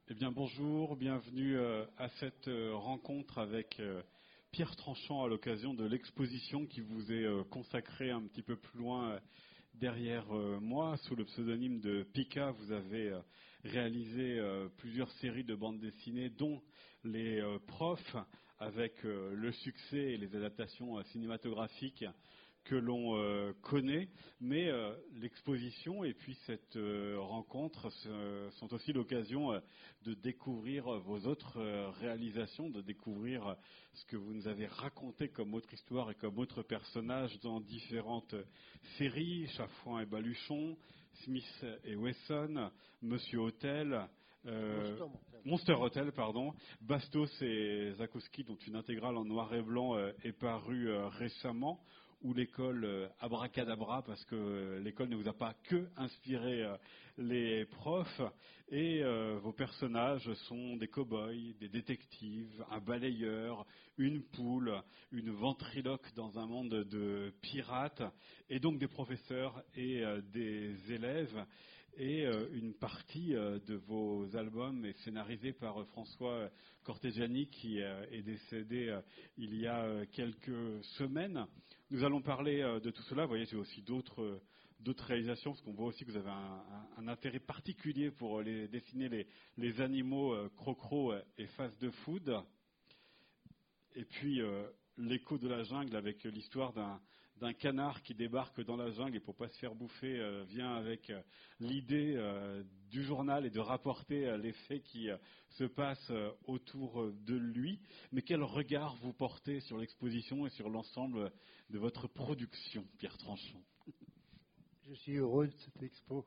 Eh bien bonjour, bienvenue à cette rencontre avec Pierre Tranchant à l'occasion de l'exposition qui vous est consacrée un petit peu plus loin derrière moi. Sous le pseudonyme de Pika, vous avez réalisé plusieurs séries de bandes dessinées, dont les profs, avec le succès et les adaptations cinématographiques que l'on connaît, mais l'exposition et puis cette rencontre sont aussi l'occasion de découvrir vos autres réalisations, de découvrir ce que vous nous avez raconté comme autre histoire et comme autre personnage dans différentes séries, Chafouin et Baluchon, Smith et Wesson, Monsieur Hotel, Monster Hotel, pardon, Bastos et Zakowski, dont une intégrale en noir et blanc est parue récemment, ou l'école Abracadabra, parce que l'école ne vous a pas que inspiré les profs, et vos personnages sont des cow-boys, des détectives, un balayeur, une poule, une ventriloque dans un monde de pirates, et donc des professeurs et des élèves. Et une partie de vos albums est scénarisée par François Cortegiani, qui est décédé il y a quelques semaines. Nous allons parler de tout cela. Vous voyez, j'ai aussi d'autres réalisations, parce qu'on voit aussi que vous avez un intérêt particulier pour dessiner les animaux Crocro et Fast Food. Et puis l'écho de la jungle, avec l'histoire d'un canard qui débarque dans la jungle et pour pas se faire bouffer vient avec l'idée du journal et de rapporter les faits qui se passent autour de lui. Mais quel regard vous portez sur l'exposition et sur l'ensemble de votre production, Pierre Tranchant? Je suis heureux de cette expo.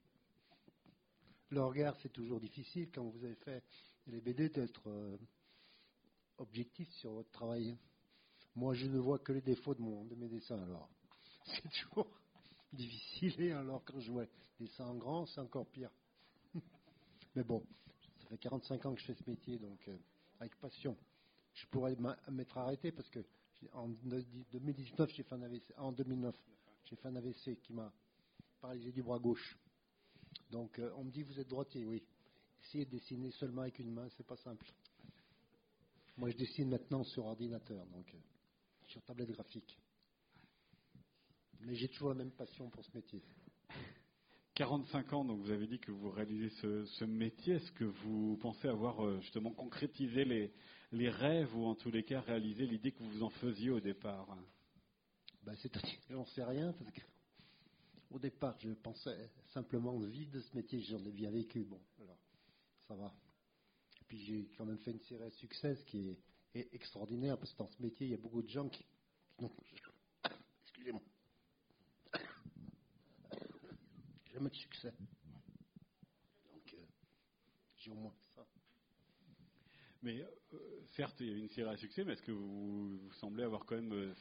Le regard, c'est toujours difficile quand vous avez fait les BD d'être objectif sur votre travail. Moi, je ne vois que les défauts de mes dessins, alors c'est toujours difficile. Et alors, quand je vois les dessins en grand, c'est encore pire. Mais bon, ça fait 45 ans que je fais ce métier, donc avec passion. Je pourrais m'être arrêté parce que en 2019, j'ai fait un AVC. En 2009, j'ai fait un AVC qui m'a paralysé du bras gauche. Donc, on me dit, vous êtes droitier, oui. Essayez de dessiner seulement avec une main, c'est pas simple. Moi, je dessine maintenant sur ordinateur, donc sur tablette graphique. Mais j'ai toujours la même passion pour ce métier. 45 ans, donc vous avez dit que vous réalisez ce métier. Est-ce que vous pensez avoir justement concrétisé les rêves, ou en tous les cas réalisé l'idée que vous en faisiez au départ? C'est-à-dire que j'en sais rien, parce qu'au départ, je pensais simplement vivre de ce métier. J'en ai bien vécu, bon, alors ça va. Et puis j'ai quand même fait une série à succès, ce qui est extraordinaire, parce que dans ce métier, il y a beaucoup de gens qui n'ont excusez-moi, jamais de succès. Donc j'ai au moins ça. Mais certes, il y a une série à succès, mais est-ce que vous semblez avoir quand même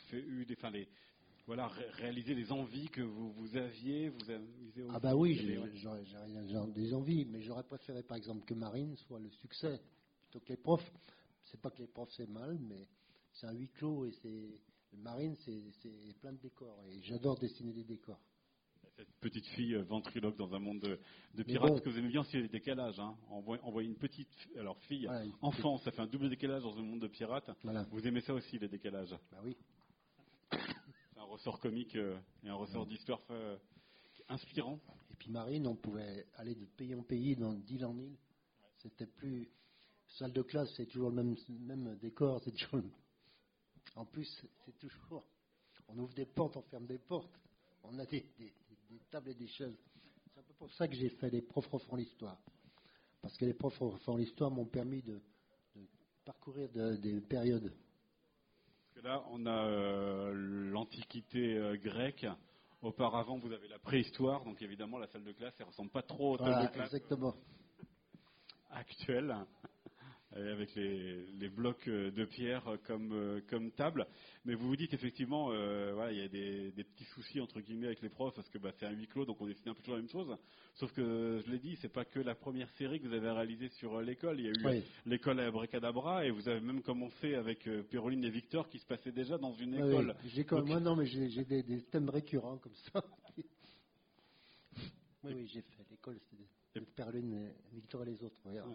réalisé les envies que vous aviez? Ah bah oui, j'ai des envies, mais j'aurais préféré par exemple que Marine soit le succès plutôt que les profs. C'est pas que les profs c'est mal, mais c'est un huis clos, et Marine c'est plein de décors, et j'adore dessiner des décors. Cette petite fille ventriloque dans un monde de pirates, bon, que vous aimez bien, c'est les décalages. Hein. Envoyer une petite fille, voilà, enfant, ça fait un double décalage dans un monde de pirates. Voilà. Vous aimez ça aussi, les décalages? Bah oui. C'est un ressort comique et un ressort d'histoire inspirant. Et puis Marine, on pouvait aller de pays en pays, d'île en île. Ouais. C'était plus... Salle de classe, c'est toujours le même décor. C'est toujours... En plus, c'est toujours... On ouvre des portes, on ferme des portes. On a des tables et des chaises. C'est un peu pour ça que j'ai fait les profs refont l'histoire. Parce que les profs refont l'histoire m'ont permis de parcourir des périodes. Parce que là, on a l'Antiquité grecque. Auparavant, vous avez la préhistoire. Donc évidemment, la salle de classe, elle ne ressemble pas trop aux salles de classe exactement. Actuelles. Avec les blocs de pierre comme table. Mais vous vous dites effectivement, il y a des petits soucis entre guillemets avec les profs, parce que c'est un huis clos, donc on dessine un peu toujours la même chose. Sauf que je l'ai dit, c'est pas que la première série que vous avez réalisée sur l'école. Il y a eu l'école à Abracadabra, et vous avez même commencé avec Péroline et Victor, qui se passait déjà dans une école. Oui, j'ai des thèmes récurrents comme ça. Oui, j'ai fait l'école, c'était de Péroline, Victor et les autres. Ouais.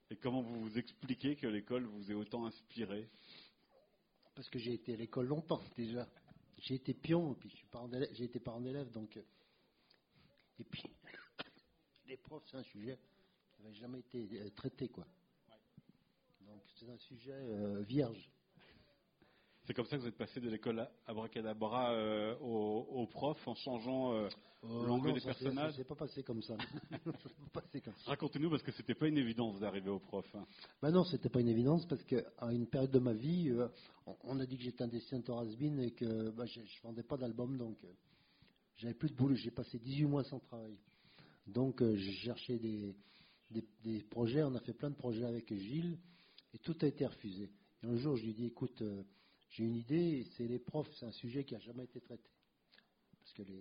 Et comment vous vous expliquez que l'école vous ait autant inspiré? Parce que j'ai été à l'école longtemps déjà. J'ai été pion, et puis j'ai été parent d'élève, donc. Et puis, les profs, c'est un sujet qui n'avait jamais été traité, quoi. Donc, c'est un sujet vierge. C'est comme ça que vous êtes passé de l'école Abracadabra au prof en changeant l'angle des personnages? Ça s'est pas passé comme ça. Racontez-nous, parce que c'était pas une évidence d'arriver au prof. Ben non, c'était pas une évidence, parce qu'à une période de ma vie, on a dit que j'étais un dessinateur has-been et que je vendais pas d'album, donc j'avais plus de boulot. J'ai passé 18 mois sans travail. Donc j'ai cherché des projets, on a fait plein de projets avec Gilles, et tout a été refusé. Et un jour, je lui ai dit, écoute, j'ai une idée, c'est les profs, c'est un sujet qui n'a jamais été traité. Parce que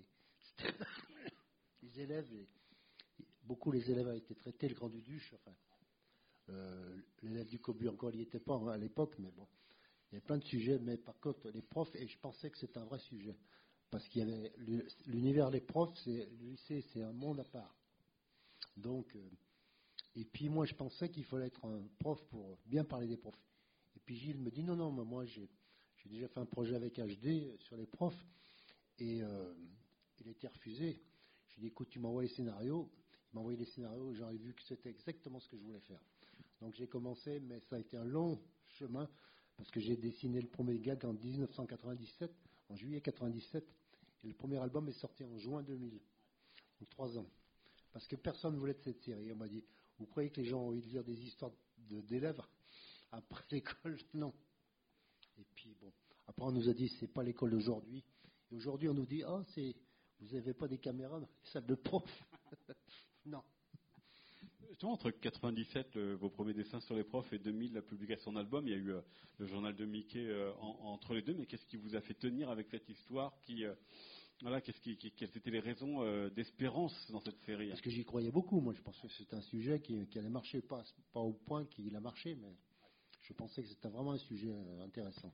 les élèves, beaucoup les élèves ont été traités, le Grand Duduche, enfin, l'élève du Cobu encore, il n'y était pas à l'époque, mais bon, il y avait plein de sujets, mais par contre, les profs, et je pensais que c'était un vrai sujet. Parce qu'il y avait l'univers des profs, le lycée, c'est un monde à part. Donc, et puis moi, je pensais qu'il fallait être un prof pour bien parler des profs. Et puis Gilles me dit, non, mais moi, j'ai déjà fait un projet avec HD sur les profs, et il a été refusé. Je lui ai dit, écoute, tu m'envoies les scénarios. Il m'a envoyé les scénarios, j'aurais vu que c'était exactement ce que je voulais faire. Donc j'ai commencé, mais ça a été un long chemin, parce que j'ai dessiné le premier gag en 1997, en juillet 97, et le premier album est sorti en juin 2000, donc 3 ans. Parce que personne ne voulait de cette série. On m'a dit, vous croyez que les gens ont envie de lire des histoires d'élèves après l'école? Non. Et puis bon, après on nous a dit, c'est pas l'école d'aujourd'hui. Et aujourd'hui on nous dit, vous n'avez pas des caméras dans les salles de prof? Non. Justement, entre 97, vos premiers dessins sur les profs, et 2000, la publication d'album, il y a eu le journal de Mickey entre les deux. Mais qu'est-ce qui vous a fait tenir avec cette histoire quelles étaient les raisons d'espérance dans cette série? Parce que j'y croyais beaucoup. Moi, je pensais que c'était un sujet qui allait marcher, pas au point qu'il a marché, mais je pensais que c'était vraiment un sujet intéressant.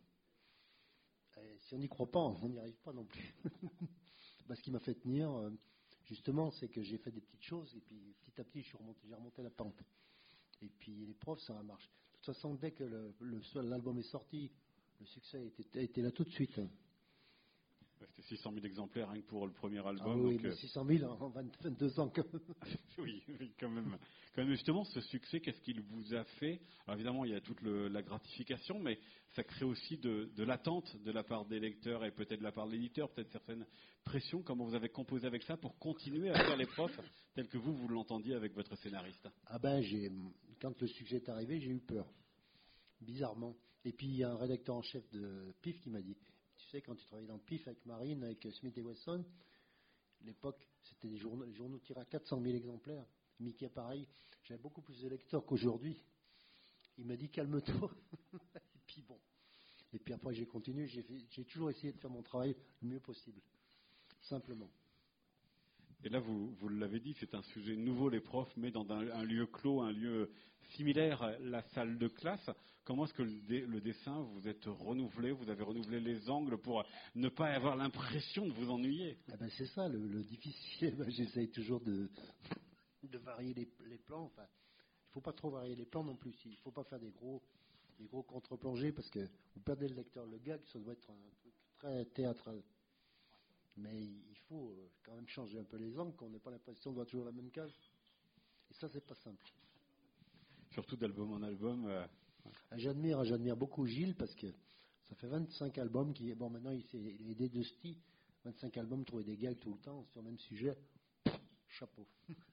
Et si on n'y croit pas, on n'y arrive pas non plus. Ce qui m'a fait tenir, justement, c'est que j'ai fait des petites choses, et puis petit à petit, j'ai remonté la pente. Et puis les profs, ça a marché. De toute façon, dès que l'album est sorti, le succès était là tout de suite. C'était 600 000 exemplaires rien que pour le premier album. Ah oui, mais 600 000 en 22 ans. Oui, quand même. Justement, ce succès, qu'est-ce qu'il vous a fait? Alors évidemment, il y a toute la gratification, mais ça crée aussi de l'attente de la part des lecteurs et peut-être de la part de l'éditeur, peut-être certaines pressions. Comment vous avez composé avec ça pour continuer à faire les profs tels que vous l'entendiez avec votre scénariste? Quand le succès est arrivé, j'ai eu peur, bizarrement. Et puis il y a un rédacteur en chef de PIF qui m'a dit, tu sais, quand tu travaillais dans PIF avec Marine, avec Smith et Wesson, l'époque, c'était les journaux tiraient à 400 000 exemplaires. Mickey, pareil, j'avais beaucoup plus de lecteurs qu'aujourd'hui. Il m'a dit, calme-toi. Et puis bon. Et puis après, j'ai continué. J'ai toujours essayé de faire mon travail le mieux possible. Simplement. Et là, vous l'avez dit, c'est un sujet nouveau, les profs, mais dans un lieu clos, un lieu similaire, la salle de classe. Comment est-ce que le dessin, vous êtes renouvelé, vous avez renouvelé les angles pour ne pas avoir l'impression de vous ennuyer? C'est ça, le difficile. J'essaye toujours de varier les plans. Enfin, il ne faut pas trop varier les plans non plus. Il ne faut pas faire des gros contre-plongées parce que vous perdez le lecteur. Le gag, ça doit être un truc très théâtral. Mais il faut quand même changer un peu les angles, qu'on n'ait pas l'impression de voir toujours la même case. Et ça, c'est pas simple. Surtout d'album en album. J'admire beaucoup Gilles parce que ça fait 25 albums maintenant il est aidé de Sty. 25 albums, trouver des gags tout le temps sur le même sujet. Chapeau.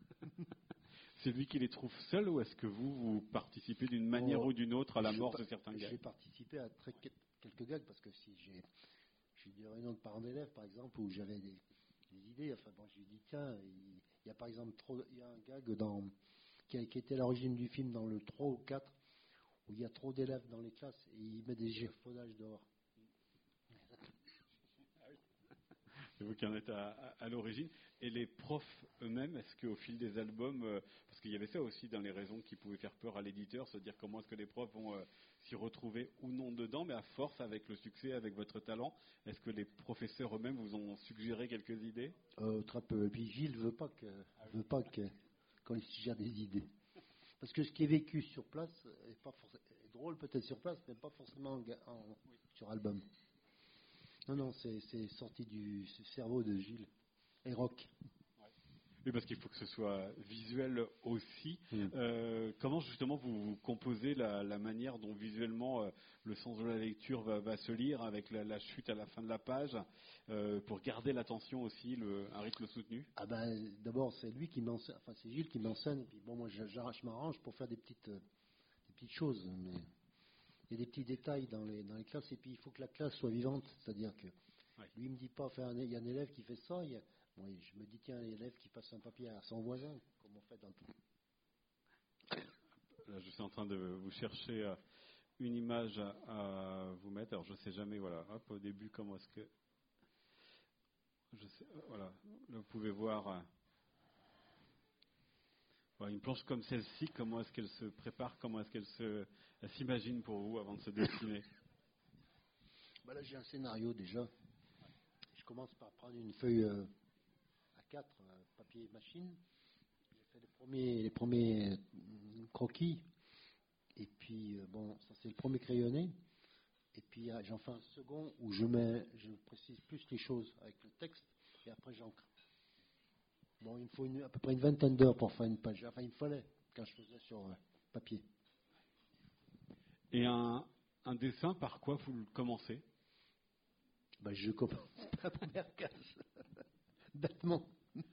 C'est lui qui les trouve seuls ou est-ce que vous participez d'une manière ou d'une autre à la mort de certains gags? J'ai participé à quelques gags parce que si j'ai eu des réunions de parents d'élèves, par exemple, où j'avais des idées. Enfin bon, j'ai dit tiens, il y a par exemple il y a un gag qui était à l'origine du film dans le 3 ou 4 où il y a trop d'élèves dans les classes et il met des échafaudages dehors. C'est vous qui en êtes à l'origine. Et les profs eux-mêmes, est-ce qu'au fil des albums, parce qu'il y avait ça aussi dans les raisons qui pouvaient faire peur à l'éditeur, se dire comment est-ce que les profs vont s'y retrouver ou non dedans, mais à force, avec le succès, avec votre talent, est-ce que les professeurs eux-mêmes vous ont suggéré quelques idées? Très peu. Et puis Gilles veut pas qu'on lui suggère des idées. Parce que ce qui est vécu sur place est drôle peut-être sur place, mais pas forcément sur album. Non, c'est sorti du cerveau de Gilles et Rock. Oui, parce qu'il faut que ce soit visuel aussi. Comment justement vous composez la manière dont visuellement le sens de la lecture va se lire avec la chute à la fin de la page pour garder l'attention aussi, un rythme soutenu? D'abord c'est lui qui m'enseigne, enfin c'est Gilles qui m'enseigne, et puis bon moi je m'arrange pour faire des petites choses, mais il y a des petits détails dans les classes, et puis il faut que la classe soit vivante, c'est-à-dire que lui il me dit pas il y a un élève qui fait ça, je me dis tiens, un élève qui passe un papier à son voisin, comme on fait dans tout. Là, je suis en train de vous chercher une image à vous mettre. Alors je sais jamais, voilà, hop, au début comment est-ce que voilà, là, vous pouvez voir voilà, une planche comme celle-ci, comment est-ce qu'elle se prépare, comment est-ce qu'elle s'imagine pour vous avant de se dessiner? Là j'ai un scénario déjà. Je commence par prendre une feuille A4, papier machine. J'ai fait les premiers croquis. Et puis, ça c'est le premier crayonné. Et puis j'en fais un second où je précise plus les choses avec le texte. Et après j'encre. Bon, il me faut à peu près une vingtaine d'heures pour faire une page. Enfin, il me fallait quand je faisais sur papier. Et un dessin, par quoi vous le commencez? Je commence par la première case. Bêtement.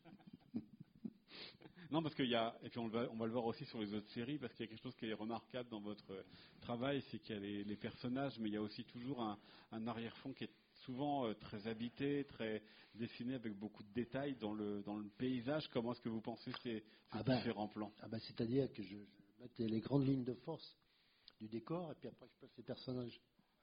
Non, parce et puis on va le voir aussi sur les autres séries, parce qu'il y a quelque chose qui est remarquable dans votre travail, c'est qu'il y a les personnages, mais il y a aussi toujours un arrière-fond qui est souvent très habité, très dessiné avec beaucoup de détails dans le paysage. Comment est-ce que vous pensez ces différents plans? C'est-à-dire que je mets les grandes lignes de force du décor, et puis après je place les personnages.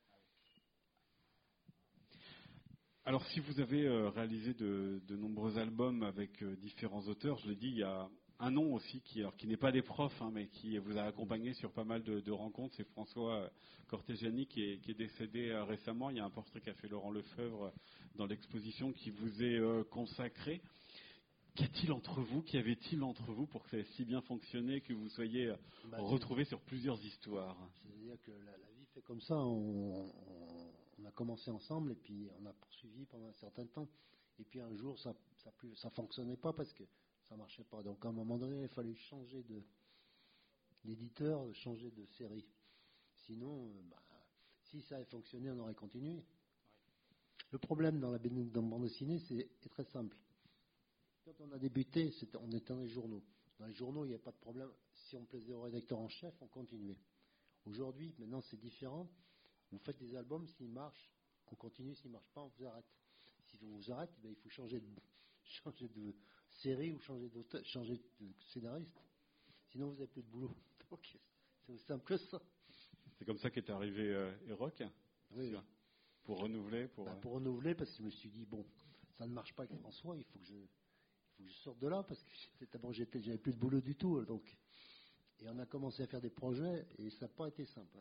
Alors, si vous avez réalisé de nombreux albums avec différents auteurs, je l'ai dit, il y a un nom aussi qui n'est pas des profs, mais qui vous a accompagné sur pas mal de rencontres. C'est François Cortégiani qui est décédé récemment. Il y a un portrait qu'a fait Laurent Lefebvre dans l'exposition qui vous est consacré. Qu'y avait-il entre vous pour que ça ait si bien fonctionné, que vous soyez retrouvés sur plusieurs histoires? C'est-à-dire que la vie fait comme ça. On a commencé ensemble et puis on a poursuivi pendant un certain temps. Et puis un jour, ça fonctionnait pas parce que ça marchait pas. Donc à un moment donné, il fallait changer d'éditeur, changer de série. Sinon, si ça avait fonctionné, on aurait continué. Le problème dans la bande dessinée, c'est très simple. Quand on a débuté, on était dans les journaux. Dans les journaux, il n'y avait pas de problème. Si on plaisait au rédacteur en chef, on continuait. Aujourd'hui, maintenant, c'est différent. Vous faites des albums, s'ils marchent, on continue. S'ils ne marchent pas, on vous arrête. Si on vous arrête, il faut changer de série ou changer de scénariste. Sinon, vous n'avez plus de boulot. Donc, c'est aussi simple que ça. C'est comme ça qu'est arrivé Eroc. Oui. Pour renouveler. Pour renouveler, parce que je me suis dit, bon, ça ne marche pas avec François, il faut que je sorte de là, parce que d'abord, j'avais plus de boulot du tout. Donc, et on a commencé à faire des projets, et ça n'a pas été simple.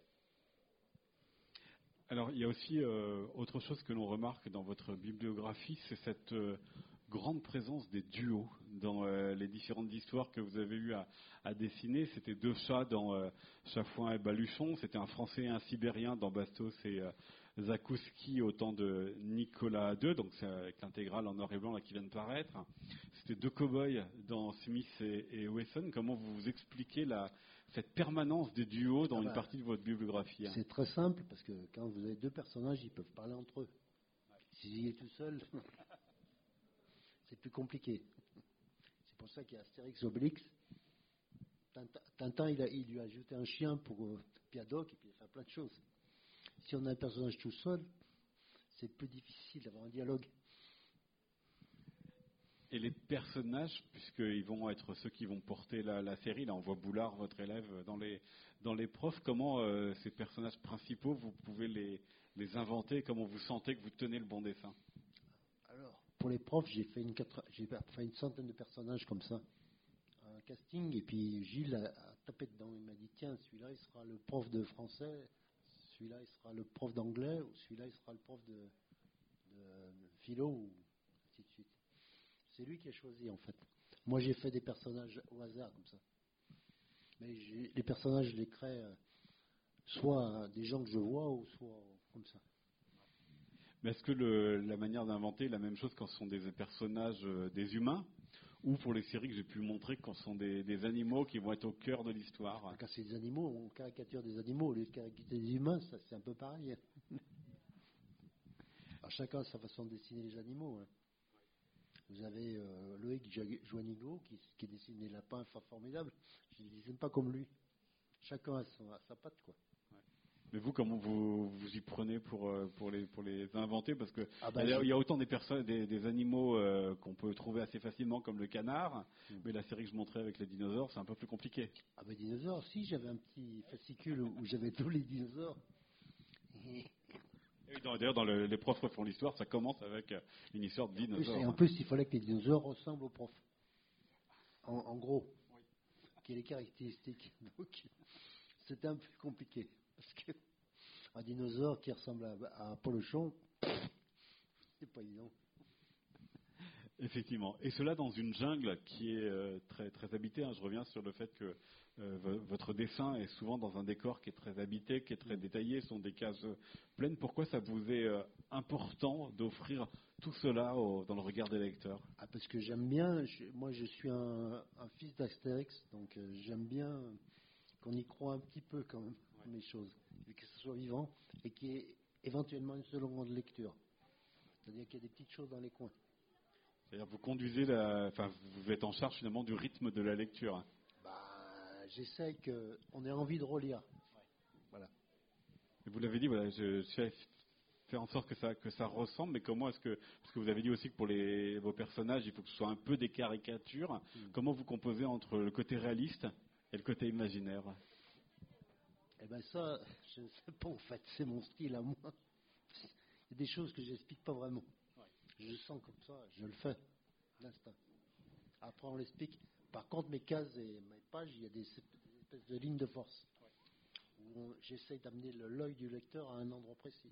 Alors, il y a aussi autre chose que l'on remarque dans votre bibliographie, c'est cette grande présence des duos dans les différentes histoires que vous avez eu à dessiner. C'était deux chats dans Chafouin et Baluchon, c'était un Français et un Sibérien dans Bastos et Zakouski au temps de Nicolas II, donc c'est avec l'intégrale en noir et blanc là, qui vient de paraître. C'était deux cow-boys dans Smith et Wesson. Comment vous expliquez cette permanence des duos dans une partie de votre bibliographie? C'est très simple, parce que quand vous avez deux personnages, ils peuvent parler entre eux. S'il est tout seul, c'est plus compliqué. C'est pour ça qu'il y a Astérix Obélix. Tintin, il lui a ajouté un chien pour Piadoc, et puis il a fait plein de choses. Si on a un personnage tout seul, c'est plus difficile d'avoir un dialogue. Et les personnages, puisqu'ils vont être ceux qui vont porter la série, là on voit Boulard, votre élève, dans les profs, comment ces personnages principaux, vous pouvez les inventer, comment vous sentez que vous tenez le bon dessin? Alors, pour les profs, j'ai fait une centaine de personnages comme ça, un casting, et puis Gilles a tapé dedans, il m'a dit, tiens, celui-là il sera le prof de français, celui-là il sera le prof d'anglais, ou celui-là il sera le prof de philo, ou ainsi de suite. C'est lui qui a choisi, en fait. Moi, j'ai fait des personnages au hasard, comme ça. Mais les personnages, je les crée soit des gens que je vois, ou soit comme ça. Mais est-ce que la manière d'inventer est la même chose quand ce sont des personnages, des humains, ou pour les séries que j'ai pu montrer, quand ce sont des animaux qui vont être au cœur de l'histoire? Quand c'est des animaux, on caricature des animaux, au lieu de caricaturer des humains, ça c'est un peu pareil. Alors, chacun a sa façon de dessiner les animaux. Hein. Vous avez Loïc Joanigo qui dessine des lapins formidables. Je ne les dessine pas comme lui. Chacun a sa patte, quoi. Mais vous, comment vous y prenez pour les inventer? Parce que ben, il y a autant des animaux qu'on peut trouver assez facilement, comme le canard, mais la série que je montrais avec les dinosaures, c'est un peu plus compliqué. Ah ben, dinosaures, si, j'avais un petit fascicule où j'avais tous les dinosaures. Et d'ailleurs, dans les profs refont l'histoire, ça commence avec une histoire de dinosaures. Et en plus, il fallait que les dinosaures ressemblent aux profs. En gros. Oui. Qui est les caractéristiques. Donc, c'était un peu compliqué. Parce que un dinosaure qui ressemble à Polochon, c'est pas évident. Effectivement. Et cela dans une jungle qui est très, très habitée. Hein. Je reviens sur le fait que votre dessin est souvent dans un décor qui est très habité, qui est très détaillé. Ce sont des cases pleines. Pourquoi ça vous est important d'offrir tout cela dans le regard des lecteurs? Parce que j'aime bien. Moi, je suis un fils d'Astérix, donc j'aime bien qu'on y croit un petit peu quand même, mes choses, et que ce soit vivant et qu'il y ait éventuellement une seconde lecture. C'est-à-dire qu'il y a des petites choses dans les coins. C'est-à-dire vous conduisez vous êtes en charge finalement du rythme de la lecture. J'essaie qu'on ait envie de relire. Ouais. Voilà. Et vous l'avez dit, voilà, je fais en sorte que ça ressemble, mais comment est-ce que, parce que vous avez dit aussi que pour vos personnages, il faut que ce soit un peu des caricatures. Comment vous composez entre le côté réaliste et le côté imaginaire? Eh bien ça, je ne sais pas en fait, c'est mon style à moi. Il y a des choses que je n'explique pas vraiment. Ouais. Je sens comme ça, je le fais, l'instinct. Après on l'explique. Par contre, mes cases et mes pages, il y a des espèces de lignes de force. Ouais. Où j'essaye d'amener l'œil du lecteur à un endroit précis.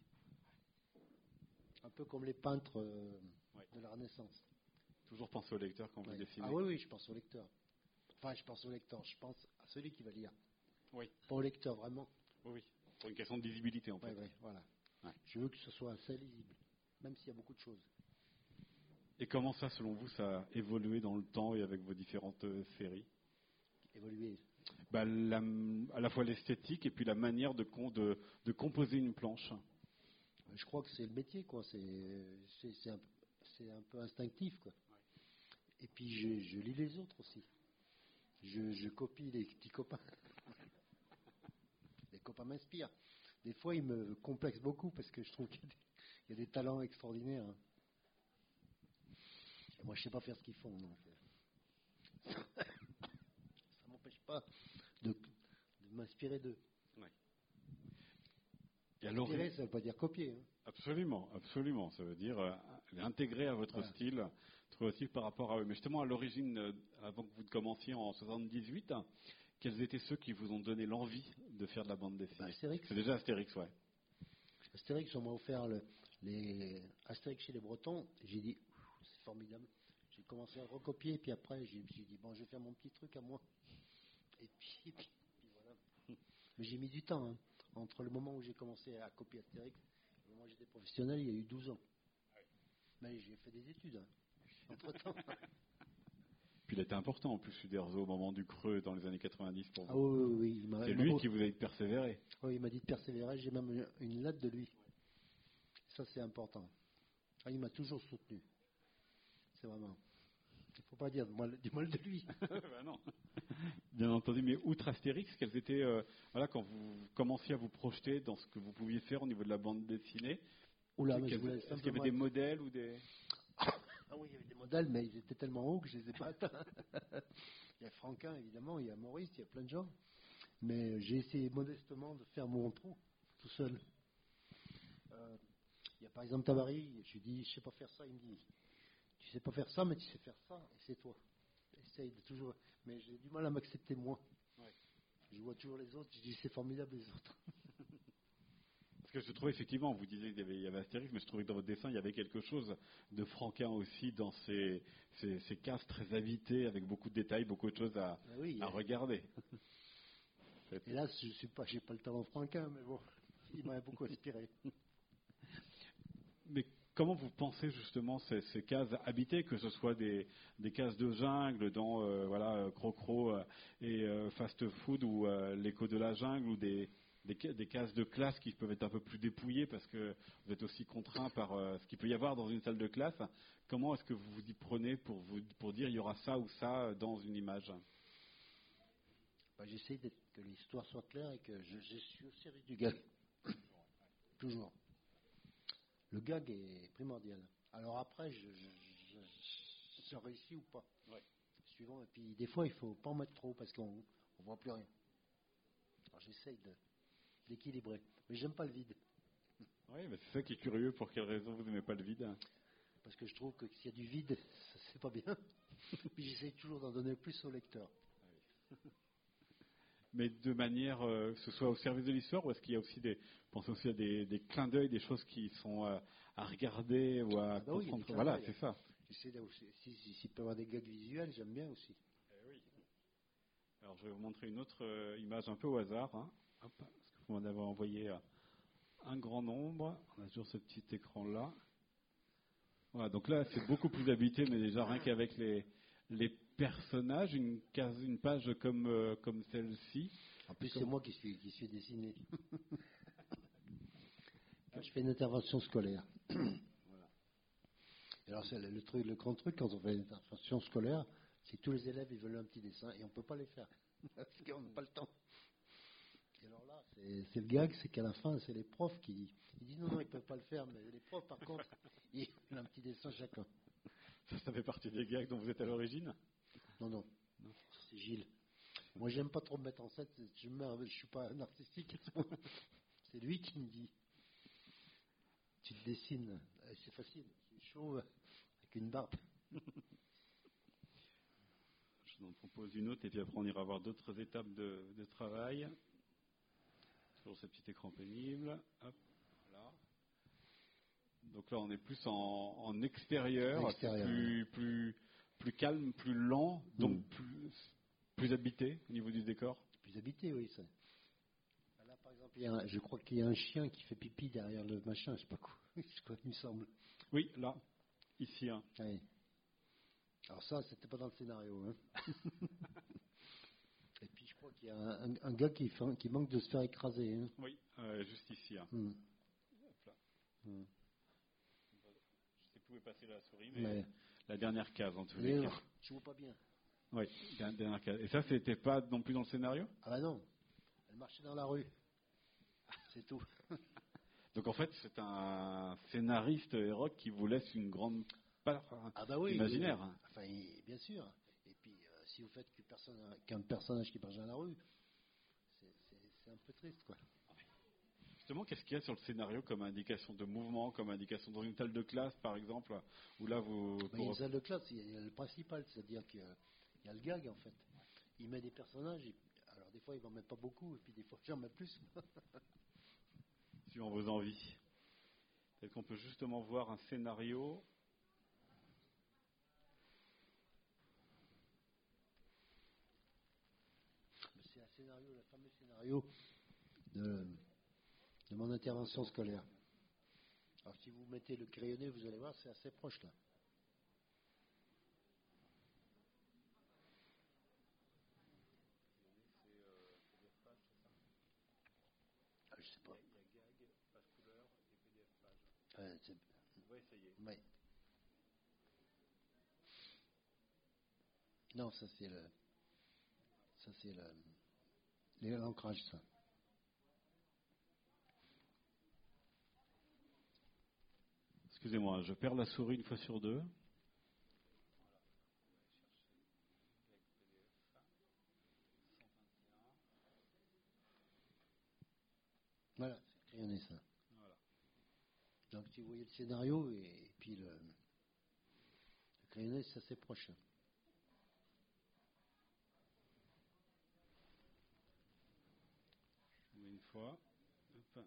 Un peu comme les peintres de la Renaissance. Toujours penser au lecteur quand vous dessinez. Ah oui, je pense au lecteur. Enfin, je pense au lecteur, je pense à celui qui va lire. Oui. Pas au lecteur, vraiment. Oui, pour une question de visibilité en fait. Oui, voilà. Ouais. Je veux que ce soit assez lisible, même s'il y a beaucoup de choses. Et comment ça, selon vous, ça a évolué dans le temps et avec vos différentes séries? Évoluer à la fois l'esthétique et puis la manière de composer une planche. Je crois que c'est le métier, quoi. C'est un peu instinctif, quoi. Ouais. Et puis je lis les autres aussi. Je copie les petits copains. Les copains m'inspirent. Des fois, ils me complexent beaucoup parce que je trouve qu'il y a des talents extraordinaires. Hein. Et moi, je ne sais pas faire ce qu'ils font. Donc, ça ne m'empêche pas de m'inspirer d'eux. Ouais. Et alors, inspirer, ça ne veut pas dire copier. Hein. Absolument, absolument. Ça veut dire l'intégrer à votre style, par rapport à eux. Mais justement, à l'origine, avant que vous commenciez en 78, quels étaient ceux qui vous ont donné l'envie de faire de la bande dessinée? Astérix. C'est déjà Astérix, ouais. Astérix, on m'a offert les Astérix chez les Bretons. J'ai dit, c'est formidable. J'ai commencé à recopier, et puis après, j'ai dit, bon, je vais faire mon petit truc à moi. Et puis voilà. Mais j'ai mis du temps. Hein. Entre le moment où j'ai commencé à copier Astérix et le moment où j'étais professionnel, il y a eu 12 ans. Mais j'ai fait des études, hein, entre-temps. Puis il était important en plus, Uderzo, au moment du creux dans les années 90 pour vous. Ah oui. C'est lui qui vous a dit de persévérer. Oui, il m'a dit de persévérer. J'ai même une lettre de lui. Ça, c'est important. Ah, il m'a toujours soutenu. C'est vraiment... Il ne faut pas dire du mal de lui. Ben non. Bien entendu, mais outre Astérix, quels étaient, quand vous commenciez à vous projeter dans ce que vous pouviez faire au niveau de la bande dessinée, est-ce qu'il y avait des modèles ou des... Ah oui, il y avait des modèles, mais ils étaient tellement hauts que je ne les ai pas atteints. Il y a Franquin, évidemment, il y a Maurice, il y a plein de gens. Mais j'ai essayé modestement de faire mon trou, tout seul. Il y a par exemple Tabary, je lui dis, je ne sais pas faire ça. Il me dit, tu ne sais pas faire ça, mais tu sais faire ça, et c'est toi. Essaye de toujours... Mais j'ai du mal à m'accepter moi. Ouais. Je vois toujours les autres, je dis, c'est formidable les autres. Parce que je trouvais effectivement, vous disiez qu'il y avait Astérix, mais je trouvais que dans votre dessin, il y avait quelque chose de Franquin aussi dans ces cases très habitées, avec beaucoup de détails, beaucoup de choses à regarder. Hélas, j'ai pas le talent franquin, mais bon, il m'a beaucoup inspiré. Mais comment vous pensez justement ces cases habitées, que ce soit des cases de jungle dans Crocro et Fast Food ou l'écho de la jungle, ou des cases de classe qui peuvent être un peu plus dépouillées parce que vous êtes aussi contraint par ce qu'il peut y avoir dans une salle de classe. Comment est-ce que vous vous y prenez pour dire il y aura ça ou ça dans une image? J'essaie que l'histoire soit claire et que je suis au service du gag. Toujours. Le gag est primordial. Alors après, je réussis ou pas. Ouais. Suivant. Et puis des fois, il faut pas en mettre trop parce qu'on ne voit plus rien. Alors j'essaye d'équilibrer. Mais j'aime pas le vide. Oui, mais c'est ça qui est curieux. Pour quelle raison vous n'aimez pas le vide? Parce que je trouve que s'il y a du vide, c'est pas bien. Puis j'essaye toujours d'en donner plus au lecteur. Mais de manière que ce soit au service de l'histoire, ou est-ce qu'il y a aussi pensez aussi à des clins d'œil, des choses qui sont à regarder ou à comprendre? Oui, voilà, c'est ça. J'essaie s'il peut y avoir des gags visuels, j'aime bien aussi. Oui. Alors je vais vous montrer une autre image un peu au hasard. Hein. Hop, parce que vous m'en avez envoyé un grand nombre. On a toujours ce petit écran-là. Voilà, donc là c'est beaucoup plus habité, mais déjà rien qu'avec les personnages, une page comme celle-ci. En plus, c'est moi qui suis dessiné. Je fais une intervention scolaire. Voilà. Alors, c'est le grand truc quand on fait une intervention scolaire, c'est que tous les élèves ils veulent un petit dessin et on ne peut pas les faire parce qu'on n'a pas le temps. Et alors là, c'est le gag, c'est qu'à la fin, c'est les profs qui disent non, ils ne peuvent pas le faire, mais les profs, par contre, ils veulent un petit dessin chacun. Ça fait partie des gags dont vous êtes à l'origine? Non. C'est Gilles. Moi, j'aime pas trop me mettre en scène. Je suis pas narcissique. C'est lui qui me dit. Tu te dessines. C'est facile. C'est chaud avec une barbe. Je vous en propose une autre et puis après on ira voir d'autres étapes de travail. Toujours ce petit écran pénible. Hop, voilà. Donc là on est plus en extérieur. C'est plus calme, plus lent, donc plus habité au niveau du décor. Plus habité, oui. Ça. Là, par exemple, je crois qu'il y a un chien qui fait pipi derrière le machin, je sais pas quoi, il me semble. Oui, là, ici. Hein. Oui. Alors ça, c'était pas dans le scénario. Hein. Et puis je crois qu'il y a un gars qui manque de se faire écraser. Hein. Oui, juste ici. Hein. Hop là. Je sais que vous pouvez passer la souris, mais la dernière case en tous les cas. Je vois pas bien. Oui, dernière case. Et ça, c'était pas non plus dans le scénario? Ah bah non, elle marchait dans la rue. C'est tout. Donc en fait, c'est un scénariste Rock qui vous laisse une grande part imaginaire. Oui. Enfin, bien sûr. Et puis, si vous faites qu'un personnage qui marche dans la rue, c'est un peu triste, quoi. Justement, qu'est-ce qu'il y a sur le scénario comme indication de mouvement, comme indication dans une salle de classe, par exemple, où là vous... Il y a une salle de classe, il y a le principal, c'est-à-dire qu'il y a le gag, en fait. Il met des personnages, alors des fois il n'en met pas beaucoup, et puis des fois j'en mets plus. Suivant vos envies. Peut-être qu'on peut justement voir un scénario. C'est un scénario, le fameux scénario de mon intervention scolaire. Alors si vous mettez le crayonné, vous allez voir, c'est assez proche là. Je sais pas. Il y a gag, page couleur et PDF page. On va essayer. Ouais. Non, ça c'est l'ancrage, ça. Excusez-moi, je perds la souris une fois sur deux. Voilà, c'est crayonné ça. Voilà. Donc si vous voyez le scénario et puis le crayonné, c'est assez proche. Je mets une fois. Hop.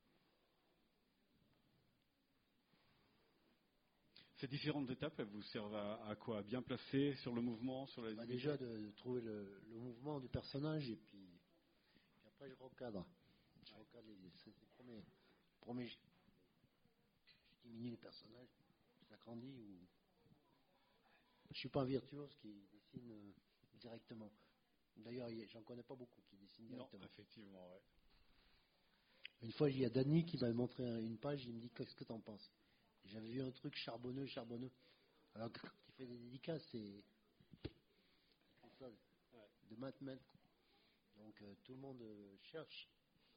Ces différentes étapes, elles vous servent à quoi? À bien placer sur le mouvement, sur la Déjà de trouver le mouvement du personnage et puis après, je recadre. Je recadre je diminue les personnages, je l'agrandis ou. Je suis pas un virtuose qui dessine directement. D'ailleurs, j'en connais pas beaucoup qui dessinent directement. Non, effectivement, ouais. Une fois, il y a Danny qui m'avait montré une page, il me dit qu'est-ce que t'en penses. J'avais vu un truc charbonneux. Alors que quand il fait des dédicaces, c'est ça, de main. Donc tout le monde cherche.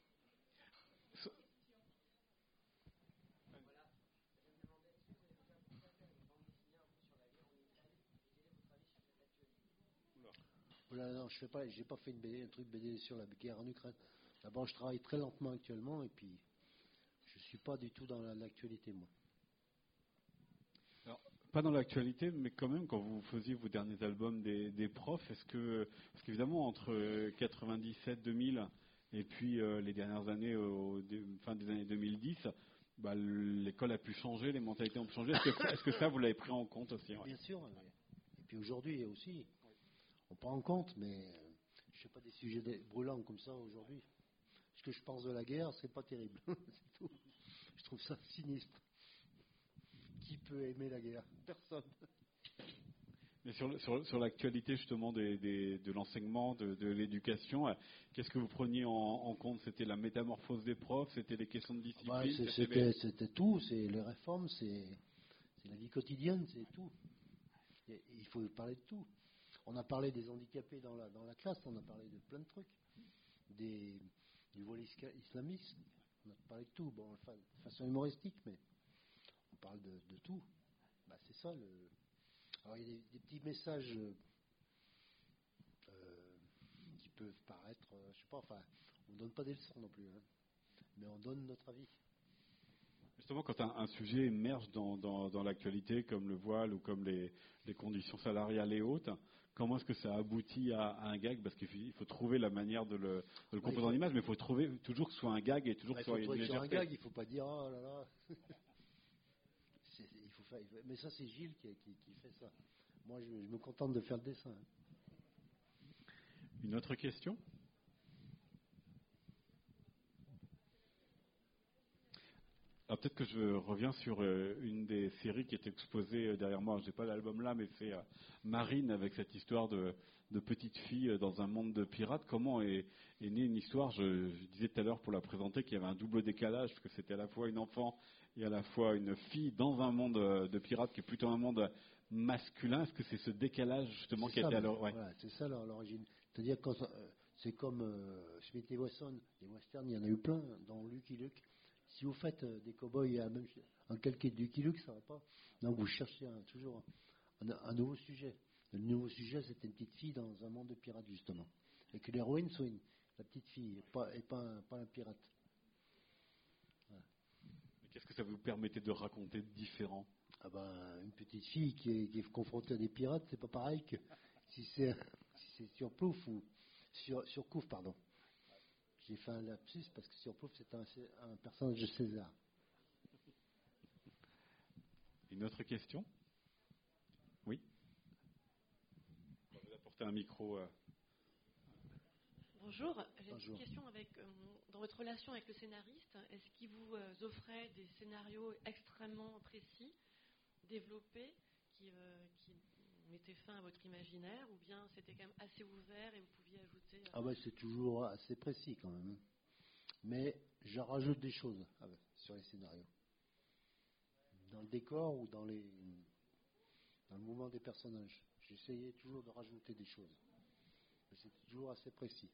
Voilà, non, j'ai pas fait un truc BD sur la guerre en Ukraine. D'abord, je travaille très lentement actuellement et puis je suis pas du tout dans l'actualité, moi. Alors, pas dans l'actualité, mais quand même, quand vous faisiez vos derniers albums des profs, parce qu'évidemment, entre 97-2000 et puis les dernières années, fin des années 2010, bah, l'école a pu changer, les mentalités ont pu changer. Est-ce que ça, vous l'avez pris en compte aussi? Bien sûr. Et puis aujourd'hui aussi, on prend en compte, mais je sais pas des sujets brûlants comme ça aujourd'hui. Ce que je pense de la guerre, c'est pas terrible. C'est tout. Je trouve ça sinistre. Qui peut aimer la guerre? Personne. Mais sur l'actualité justement de l'enseignement, de l'éducation, qu'est-ce que vous preniez en compte? C'était la métamorphose des profs, c'était les questions de discipline? C'était tout, c'est les réformes, c'est la vie quotidienne, c'est tout. Il faut parler de tout. On a parlé des handicapés dans la classe, on a parlé de plein de trucs. Du volet islamiste, on a parlé de tout. Bon, enfin, de façon humoristique, mais on parle de tout. Bah, c'est ça. Alors, il y a des petits messages qui peuvent paraître, je sais pas, enfin, on ne donne pas des leçons non plus, hein, mais on donne notre avis. Justement, quand un sujet émerge dans l'actualité, comme le voile ou comme les conditions salariales et autres, comment est-ce que ça aboutit à un gag? Parce qu'il faut trouver la manière de le composer en image, mais il faut trouver toujours que ce soit un gag et toujours que ce soit une légèreté. Un gag, il ne faut pas dire oh là là. Mais ça, c'est Gilles qui fait ça. Moi, je me contente de faire le dessin. Une autre question? Alors peut-être que je reviens sur une des séries qui est exposée derrière moi. Je n'ai pas l'album là, mais c'est Marine, avec cette histoire de petite fille dans un monde de pirates. Comment est née une histoire? Je disais tout à l'heure pour la présenter qu'il y avait un double décalage, parce que c'était à la fois une enfant et à la fois une fille dans un monde de pirates qui est plutôt un monde masculin. Est-ce que c'est ce décalage justement qui a été à l'origine? Voilà, c'est ça l'origine. C'est-à-dire que c'est comme Smith et Wesson, les westerns, il y en a eu plein, dans Lucky Luke. Si vous faites des cow-boys en calqué de Lucky Luke, ça ne va pas. Donc vous cherchez toujours un nouveau sujet. Le nouveau sujet, c'était une petite fille dans un monde de pirates, justement. Et que l'héroïne soit la petite fille, et pas un pirate. Voilà. Qu'est-ce que ça vous permettait de raconter de différent? Ah ben, une petite fille qui est confrontée à des pirates, c'est pas pareil que si c'est Surplouf ou Surcouf, pardon. J'ai fait un lapsus parce que Surplouf, c'est un personnage de César. Une autre question? Oui. On va vous apporter un micro. Bonjour, j'ai une question dans votre relation avec le scénariste. Est-ce qu'il vous offrait des scénarios extrêmement précis, développés, qui mettaient fin à votre imaginaire, ou bien c'était quand même assez ouvert et vous pouviez ajouter... Ah ben c'est toujours assez précis quand même. Mais je rajoute des choses sur les scénarios. Dans le décor ou dans le mouvement des personnages. J'essayais toujours de rajouter des choses. Mais c'est toujours assez précis.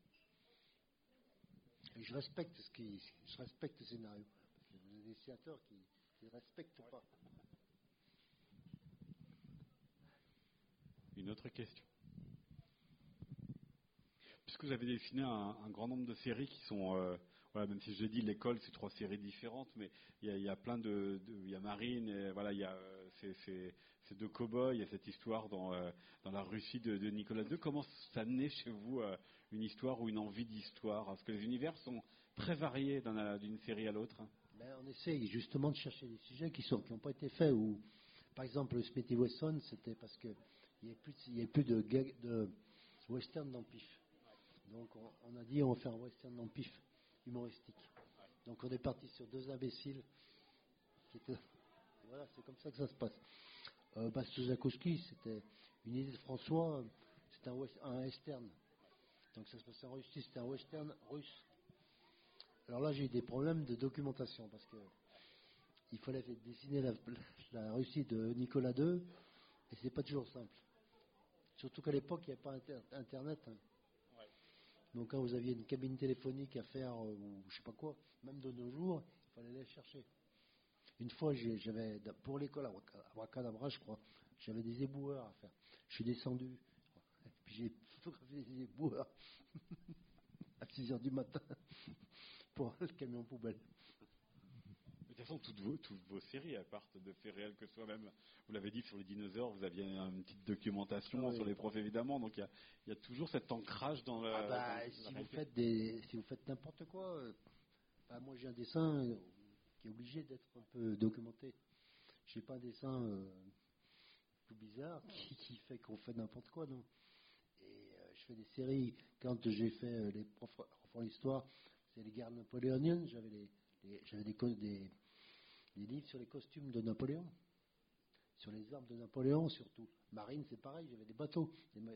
Et je respecte le scénario. Parce qu'il y a des dessinateurs qui ne respectent pas. Une autre question. Puisque vous avez dessiné un grand nombre de séries qui sont, voilà, même si je dis l'école, c'est 3 séries différentes, mais il y a plein il y a Marine, et voilà, il y a ces 2 cow-boys, il y a cette histoire dans la Russie de Nicolas II. Comment ça naît chez vous une histoire ou une envie d'histoire? Parce que les univers sont très variés d'une série à l'autre. Ben, on essaye justement de chercher des sujets qui n'ont pas été faits. Ou, par exemple, le Smith et Wesson, c'était parce qu'il n'y avait plus de western dans le pif. Donc on a dit on va faire un western en pif, humoristique. Donc on est parti sur deux imbéciles. Voilà, c'est comme ça que ça se passe. Bastos Zakowski, c'était une idée de François, c'était un western. Donc ça se passait en Russie, c'était un western russe. Alors là j'ai eu des problèmes de documentation parce que il fallait dessiner la Russie de Nicolas II et c'est pas toujours simple. Surtout qu'à l'époque il n'y avait pas Internet. Hein. Ouais. Donc quand vous aviez une cabine téléphonique à faire ou je sais pas quoi, même de nos jours, il fallait aller chercher. Une fois j'avais pour l'école à Wakadabra, je crois, j'avais des éboueurs à faire. Je suis descendu, puis j'ai photographié des éboueurs à 6h du matin pour le camion poubelle. De toute façon, toutes vos séries, à part de faits réels que soi-même, vous l'avez dit sur les dinosaures, vous aviez une petite documentation sur les profs évidemment, donc il y a toujours cet ancrage dans la. Si vous faites n'importe quoi, moi j'ai un dessin qui est obligé d'être un peu documenté. J'ai pas un dessin tout bizarre qui fait qu'on fait n'importe quoi, non. Et je fais des séries. Quand j'ai fait les profs enfants l'histoire, c'est les guerres napoléoniennes. J'avais des livres sur les costumes de Napoléon, sur les armes de Napoléon surtout. Marine, c'est pareil. J'avais des bateaux,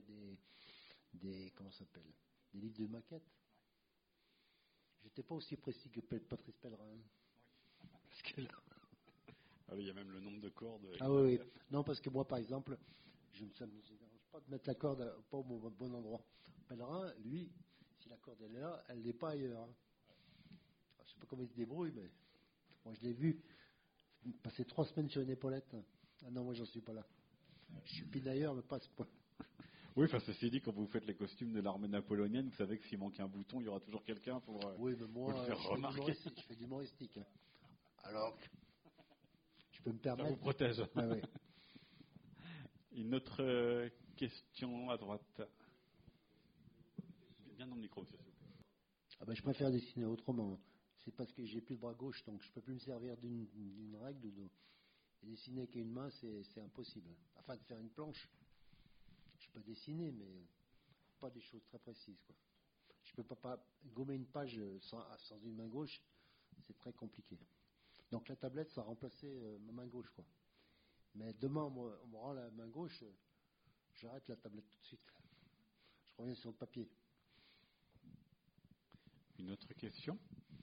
comment ça s'appelle, des livres de maquettes. J'étais pas aussi précis que Patrice Pellerin. Parce que là... Ah oui, il y a même le nombre de cordes. Ah oui. Non, parce que moi, par exemple, ça ne me dérange pas de mettre la corde pas au bon endroit. Pellerin, lui, si la corde elle est là, elle n'est pas ailleurs. Hein. Je sais pas comment il se débrouille, mais moi je l'ai vu passer 3 semaines sur une épaulette. Ah non, moi j'en suis pas là. Je suis pinailleur, mais pas à ce point. Oui, enfin, ceci dit, quand vous faites les costumes de l'armée napoléonienne, vous savez que s'il manque un bouton, il y aura toujours quelqu'un pour, oui, mais moi, pour le faire remarquer. Je fais de l'humoristique. Hein. Alors, je peux me permettre. Ça vous protège. Ah, oui. Une autre question à droite. Bien dans le micro, monsieur. Ah ben, je préfère dessiner autrement. C'est parce que j'ai plus le bras gauche, donc je peux plus me servir d'une règle. Et dessiner avec une main, c'est impossible. Afin de faire une planche, je peux dessiner, mais pas des choses très précises, quoi. Je peux pas gommer une page sans une main gauche, c'est très compliqué. Donc la tablette, ça a remplacé ma main gauche, quoi. Mais demain, on me rend la main gauche, j'arrête la tablette tout de suite. Je reviens sur le papier. Une autre question?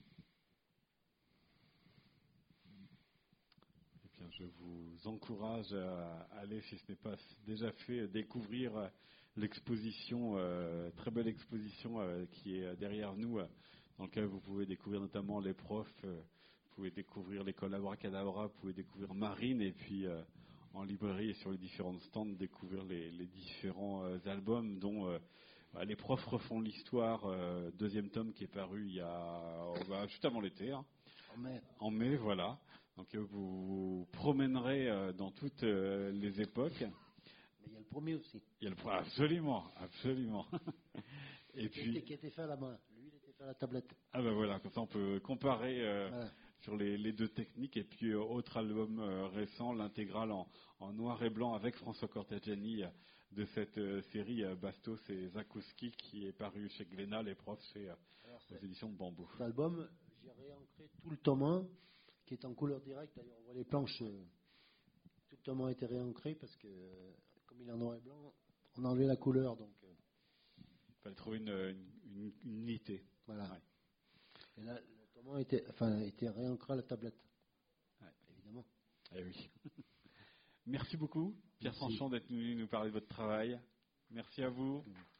Eh bien, je vous encourage à aller, si ce n'est pas déjà fait, découvrir l'exposition, très belle exposition qui est derrière nous, dans laquelle vous pouvez découvrir notamment les profs, vous pouvez découvrir l'école Abracadabra, vous pouvez découvrir Marine, et puis en librairie et sur les différents stands, découvrir les différents albums dont les profs refont l'histoire, deuxième tome qui est paru il y a juste avant l'été. Hein. En mai, voilà. Donc vous vous promènerez dans toutes les époques. Mais il y a le premier aussi. Absolument. Et puis qui était fait à la main. Lui, il était fait à la tablette. Ah ben voilà, comme ça on peut comparer voilà. Sur les deux techniques. Et puis autre album récent, l'intégrale en noir et blanc avec François Cortagiani de cette série Bastos et Zakowski qui est paru chez Glénat, les profs chez aux éditions de Bambou. Cet album, j'ai réancré tout le tome 1 qui est en couleur directe. D'ailleurs, on voit les planches, tout le tome 1 a été réancré parce que comme il est en noir et blanc, on a enlevé la couleur. Donc, il fallait trouver une unité. Voilà. Ouais. Et là, le tome 1 était réancré à la tablette. Ouais. Évidemment. Eh oui. Merci beaucoup, Pierre Sanchon, d'être venu nous parler de votre travail. Merci à vous.